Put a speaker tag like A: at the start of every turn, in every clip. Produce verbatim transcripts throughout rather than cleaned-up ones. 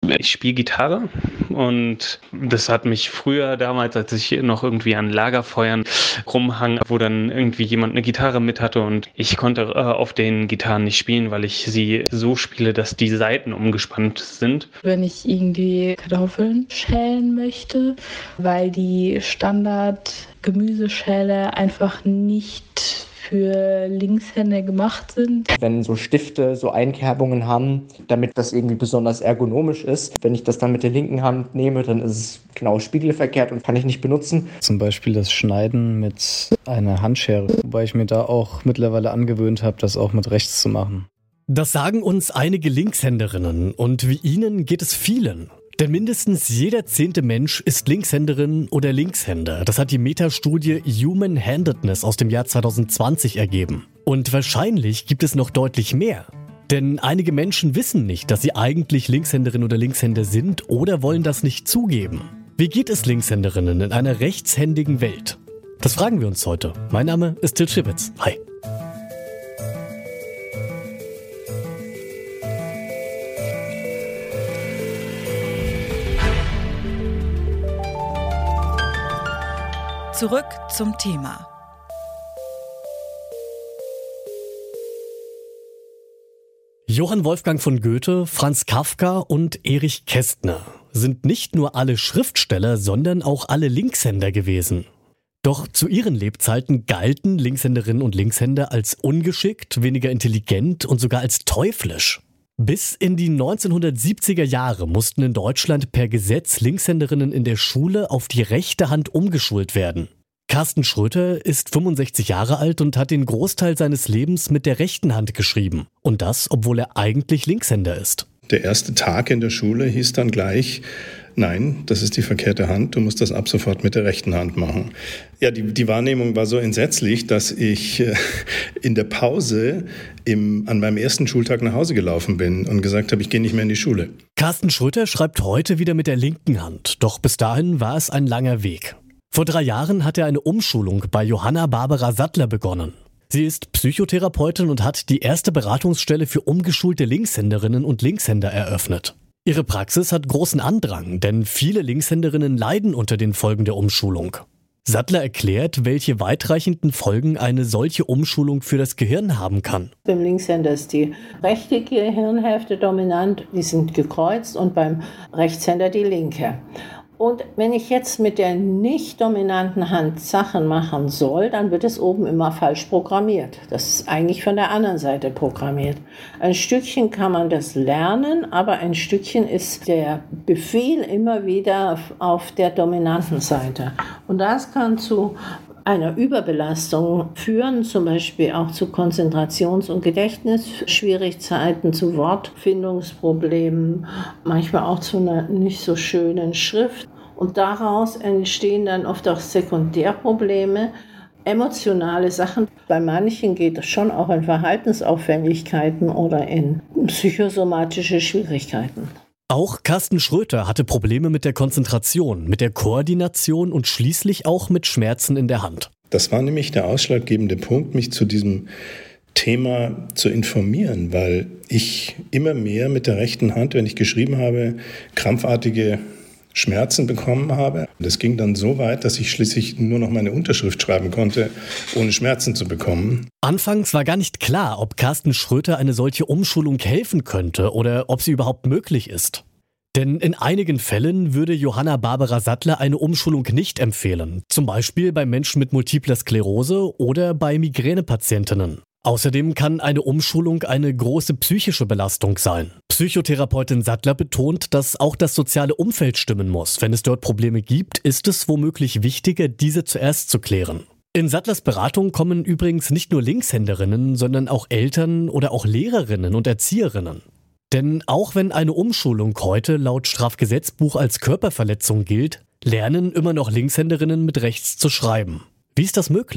A: Ich spiele Gitarre und das hat mich früher damals, als ich noch irgendwie an Lagerfeuern rumhang, wo dann irgendwie jemand eine Gitarre mit hatte und ich konnte äh, auf den Gitarren nicht spielen, weil ich sie so spiele, dass die Saiten umgespannt sind.
B: Wenn ich irgendwie Kartoffeln schälen möchte, weil die Standard-Gemüseschäle einfach nicht für Linkshänder gemacht sind.
C: Wenn so Stifte so Einkerbungen haben, damit das irgendwie besonders ergonomisch ist. Wenn ich das dann mit der linken Hand nehme, dann ist es genau spiegelverkehrt und kann ich nicht benutzen.
D: Zum Beispiel das Schneiden mit einer Handschere, wobei ich mir da auch mittlerweile angewöhnt habe, das auch mit rechts zu machen.
E: Das sagen uns einige Linkshänderinnen und wie ihnen geht es vielen. Denn mindestens jeder zehnte Mensch ist Linkshänderin oder Linkshänder. Das hat die Metastudie Human Handedness aus dem Jahr zwanzig zwanzig ergeben. Und wahrscheinlich gibt es noch deutlich mehr. Denn einige Menschen wissen nicht, dass sie eigentlich Linkshänderin oder Linkshänder sind oder wollen das nicht zugeben. Wie geht es Linkshänderinnen in einer rechtshändigen Welt? Das fragen wir uns heute. Mein Name ist Till Schibitz. Hi.
F: Zurück zum Thema.
E: Johann Wolfgang von Goethe, Franz Kafka und Erich Kästner sind nicht nur alle Schriftsteller, sondern auch alle Linkshänder gewesen. Doch zu ihren Lebzeiten galten Linkshänderinnen und Linkshänder als ungeschickt, weniger intelligent und sogar als teuflisch. Bis in die neunzehnhundertsiebziger Jahre mussten in Deutschland per Gesetz Linkshänderinnen in der Schule auf die rechte Hand umgeschult werden. Carsten Schröter ist fünfundsechzig Jahre alt und hat den Großteil seines Lebens mit der rechten Hand geschrieben. Und das, obwohl er eigentlich Linkshänder ist.
G: Der erste Tag in der Schule hieß dann gleich: Nein, das ist die verkehrte Hand, du musst das ab sofort mit der rechten Hand machen. Ja, die, die Wahrnehmung war so entsetzlich, dass ich äh, in der Pause im, an meinem ersten Schultag nach Hause gelaufen bin und gesagt habe, ich gehe nicht mehr in die Schule.
E: Carsten Schröter schreibt heute wieder mit der linken Hand, doch bis dahin war es ein langer Weg. Vor drei Jahren hat er eine Umschulung bei Johanna Barbara Sattler begonnen. Sie ist Psychotherapeutin und hat die erste Beratungsstelle für umgeschulte Linkshänderinnen und Linkshänder eröffnet. Ihre Praxis hat großen Andrang, denn viele Linkshänderinnen leiden unter den Folgen der Umschulung. Sattler erklärt, welche weitreichenden Folgen eine solche Umschulung für das Gehirn haben kann.
H: Beim Linkshänder ist die rechte Gehirnhälfte dominant, die sind gekreuzt, und beim Rechtshänder die linke. Und wenn ich jetzt mit der nicht dominanten Hand Sachen machen soll, dann wird es oben immer falsch programmiert. Das ist eigentlich von der anderen Seite programmiert. Ein Stückchen kann man das lernen, aber ein Stückchen ist der Befehl immer wieder auf der dominanten Seite. Und das kann zu einer Überbelastung führen, zum Beispiel auch zu Konzentrations- und Gedächtnisschwierigkeiten, zu Wortfindungsproblemen, manchmal auch zu einer nicht so schönen Schrift. Und daraus entstehen dann oft auch Sekundärprobleme, emotionale Sachen. Bei manchen geht es schon auch in Verhaltensauffälligkeiten oder in psychosomatische Schwierigkeiten.
E: Auch Carsten Schröter hatte Probleme mit der Konzentration, mit der Koordination und schließlich auch mit Schmerzen in der Hand.
G: Das war nämlich der ausschlaggebende Punkt, mich zu diesem Thema zu informieren, weil ich immer mehr mit der rechten Hand, wenn ich geschrieben habe, krampfartige Schmerzen bekommen habe. Das ging dann so weit, dass ich schließlich nur noch meine Unterschrift schreiben konnte, ohne Schmerzen zu bekommen.
E: Anfangs war gar nicht klar, ob Carsten Schröter eine solche Umschulung helfen könnte oder ob sie überhaupt möglich ist. Denn in einigen Fällen würde Johanna Barbara Sattler eine Umschulung nicht empfehlen. Zum Beispiel bei Menschen mit multipler Sklerose oder bei Migränepatientinnen. Außerdem kann eine Umschulung eine große psychische Belastung sein. Psychotherapeutin Sattler betont, dass auch das soziale Umfeld stimmen muss. Wenn es dort Probleme gibt, ist es womöglich wichtiger, diese zuerst zu klären. In Sattlers Beratung kommen übrigens nicht nur Linkshänderinnen, sondern auch Eltern oder auch Lehrerinnen und Erzieherinnen. Denn auch wenn eine Umschulung heute laut Strafgesetzbuch als Körperverletzung gilt, lernen immer noch Linkshänderinnen mit rechts zu schreiben. Wie ist das möglich?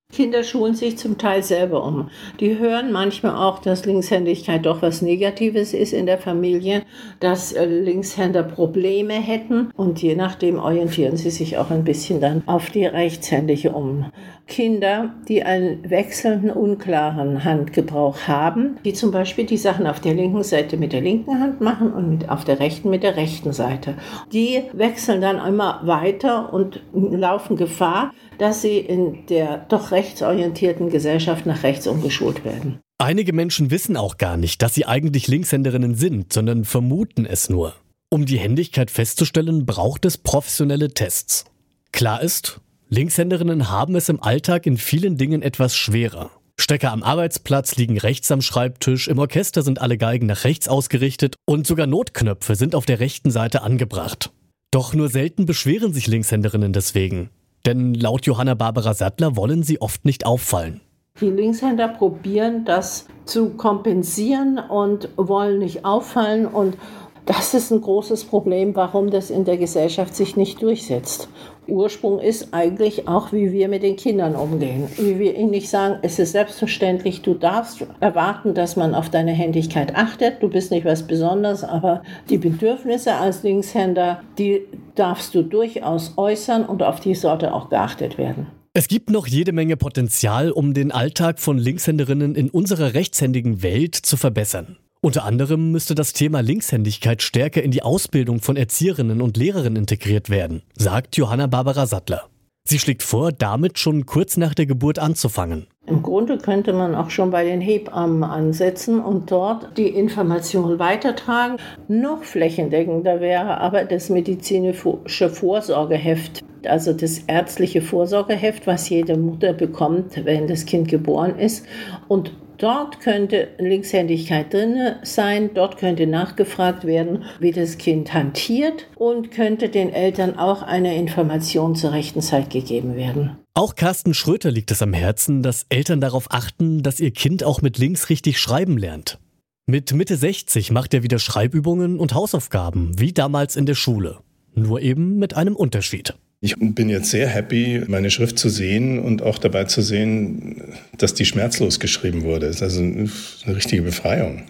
H: Kinder schulen sich zum Teil selber um. Die hören manchmal auch, dass Linkshändigkeit doch was Negatives ist in der Familie, dass Linkshänder Probleme hätten und je nachdem orientieren sie sich auch ein bisschen dann auf die Rechtshändige um. Kinder, die einen wechselnden, unklaren Handgebrauch haben, die zum Beispiel die Sachen auf der linken Seite mit der linken Hand machen und mit, auf der rechten mit der rechten Seite, die wechseln dann immer weiter und laufen Gefahr, dass sie in der doch rechtsorientierten Gesellschaft nach rechts umgeschult werden.
E: Einige Menschen wissen auch gar nicht, dass sie eigentlich Linkshänderinnen sind, sondern vermuten es nur. Um die Händigkeit festzustellen, braucht es professionelle Tests. Klar ist, Linkshänderinnen haben es im Alltag in vielen Dingen etwas schwerer. Stecker am Arbeitsplatz liegen rechts am Schreibtisch, im Orchester sind alle Geigen nach rechts ausgerichtet und sogar Notknöpfe sind auf der rechten Seite angebracht. Doch nur selten beschweren sich Linkshänderinnen deswegen. Denn laut Johanna Barbara Sattler wollen sie oft nicht auffallen.
H: Die Linkshänder probieren das zu kompensieren und wollen nicht auffallen. Und das ist ein großes Problem, warum das in der Gesellschaft sich nicht durchsetzt. Ursprung ist eigentlich auch, wie wir mit den Kindern umgehen. Wie wir ihnen nicht sagen, es ist selbstverständlich, du darfst erwarten, dass man auf deine Händigkeit achtet. Du bist nicht was Besonderes, aber die Bedürfnisse als Linkshänder, die darfst du durchaus äußern und auf die sollte auch geachtet werden.
E: Es gibt noch jede Menge Potenzial, um den Alltag von Linkshänderinnen in unserer rechtshändigen Welt zu verbessern. Unter anderem müsste das Thema Linkshändigkeit stärker in die Ausbildung von Erzieherinnen und Lehrerinnen integriert werden, sagt Johanna Barbara Sattler. Sie schlägt vor, damit schon kurz nach der Geburt anzufangen.
H: Im Grunde könnte man auch schon bei den Hebammen ansetzen und dort die Information weitertragen. Noch flächendeckender wäre aber das medizinische Vorsorgeheft, also das ärztliche Vorsorgeheft, was jede Mutter bekommt, wenn das Kind geboren ist. Und dort könnte Linkshändigkeit drin sein, dort könnte nachgefragt werden, wie das Kind hantiert und könnte den Eltern auch eine Information zur rechten Zeit gegeben werden.
E: Auch Carsten Schröter liegt es am Herzen, dass Eltern darauf achten, dass ihr Kind auch mit links richtig schreiben lernt. Mit Mitte sechzig macht er wieder Schreibübungen und Hausaufgaben, wie damals in der Schule. Nur eben mit einem Unterschied.
G: Ich bin jetzt sehr happy, meine Schrift zu sehen und auch dabei zu sehen, dass die schmerzlos geschrieben wurde. Das ist also eine richtige Befreiung.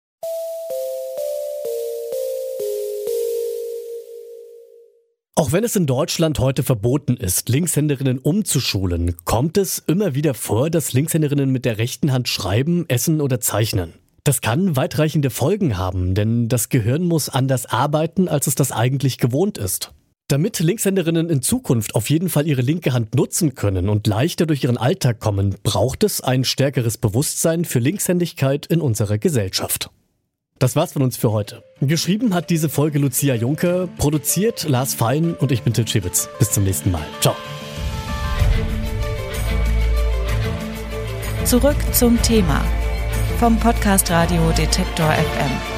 E: Auch wenn es in Deutschland heute verboten ist, Linkshänderinnen umzuschulen, kommt es immer wieder vor, dass Linkshänderinnen mit der rechten Hand schreiben, essen oder zeichnen. Das kann weitreichende Folgen haben, denn das Gehirn muss anders arbeiten, als es das eigentlich gewohnt ist. Damit Linkshänderinnen in Zukunft auf jeden Fall ihre linke Hand nutzen können und leichter durch ihren Alltag kommen, braucht es ein stärkeres Bewusstsein für Linkshändigkeit in unserer Gesellschaft. Das war's von uns für heute. Geschrieben hat diese Folge Lucia Juncker, produziert Lars Fein und ich bin Til Schibitz. Bis zum nächsten Mal. Ciao.
F: Zurück zum Thema vom Podcast Radio Detektor F M.